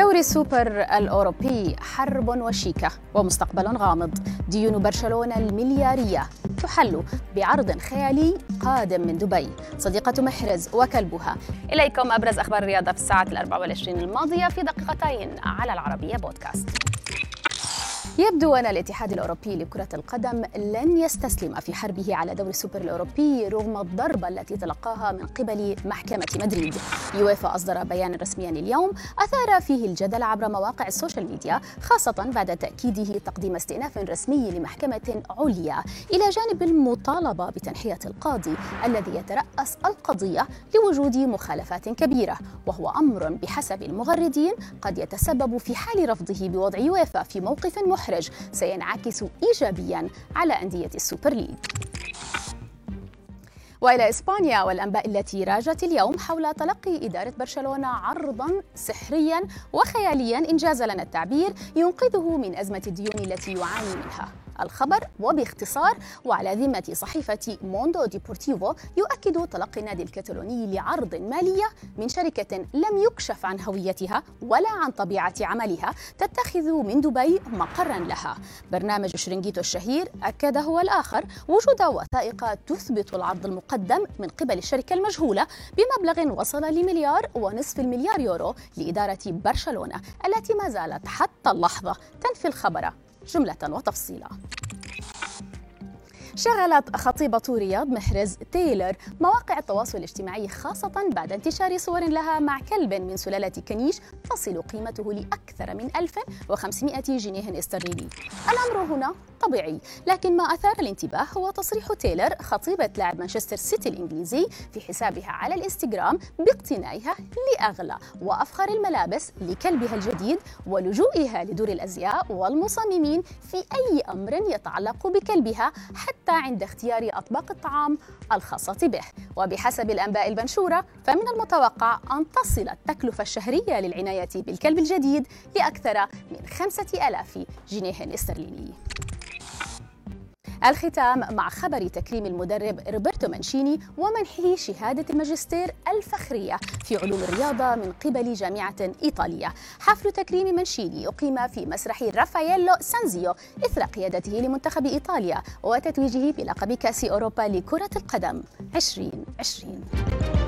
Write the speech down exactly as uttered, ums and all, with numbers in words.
دوري السوبر الأوروبي حرب وشيكة ومستقبل غامض. ديون برشلونة المليارية تحل بعرض خيالي قادم من دبي. صديقة محرز وكلبها. إليكم أبرز أخبار الرياضة في الساعات الأربع والعشرين الماضية في دقيقتين على العربية بودكاست. يبدو أن الاتحاد الأوروبي لكرة القدم لن يستسلم في حربه على دوري السوبر الأوروبي رغم الضربة التي تلقاها من قبل محكمة مدريد. يويفا أصدر بيانا رسميا اليوم أثار فيه الجدل عبر مواقع السوشيال ميديا، خاصة بعد تأكيده تقديم استئناف رسمي لمحكمة عليا إلى جانب المطالبة بتنحية القاضي الذي يترأس القضية لوجود مخالفات كبيرة، وهو أمر بحسب المغردين قد يتسبب في حال رفضه بوضع يويفا في موقف محرج محرج سينعكس إيجابياً على أندية السوبر ليج. وإلى إسبانيا والأنباء التي راجت اليوم حول تلقي إدارة برشلونة عرضاً سحرياً وخيالياً إن جاز لنا التعبير ينقذه من أزمة الديون التي يعاني منها. الخبر وباختصار وعلى ذمة صحيفة موندو ديبورتيفو يؤكد تلقي النادي الكتالوني لعرض مالية من شركة لم يكشف عن هويتها ولا عن طبيعة عملها تتخذ من دبي مقرا لها. برنامج شرينجيتو الشهير أكد هو الآخر وجود وثائق تثبت العرض المقدم من قبل الشركة المجهولة بمبلغ وصل لمليار ونصف المليار يورو لإدارة برشلونة التي ما زالت حتى اللحظة تنفي الخبر جملة وتفصيلا. شغلت خطيبة رياض محرز تايلر مواقع التواصل الاجتماعي خاصة بعد انتشار صور لها مع كلب من سلالة كنيش تصل قيمته لأكثر من ألف وخمسمائة جنيه استرليني. الأمر هنا طبيعي، لكن ما أثار الانتباه هو تصريح تايلر خطيبة لاعب مانشستر سيتي الإنجليزي في حسابها على الإنستغرام باقتنائها لأغلى وأفخر الملابس لكلبها الجديد ولجوئها لدور الأزياء والمصممين في أي أمر يتعلق بكلبها حتى عند اختيار أطباق الطعام الخاصة به. وبحسب الأنباء المنشورة فمن المتوقع أن تصل التكلفة الشهرية للعناية بالكلب الجديد لأكثر من خمسة آلاف جنيه استرليني. الختام مع خبر تكريم المدرب روبرتو مانشيني ومنحه شهادة الماجستير الفخرية في علوم الرياضة من قبل جامعة إيطالية. حفل تكريم مانشيني أقيم في مسرح رافاييلو سانزيو إثر قيادته لمنتخب إيطاليا وتتويجه بلقب كأس أوروبا لكرة القدم عشرين عشرين.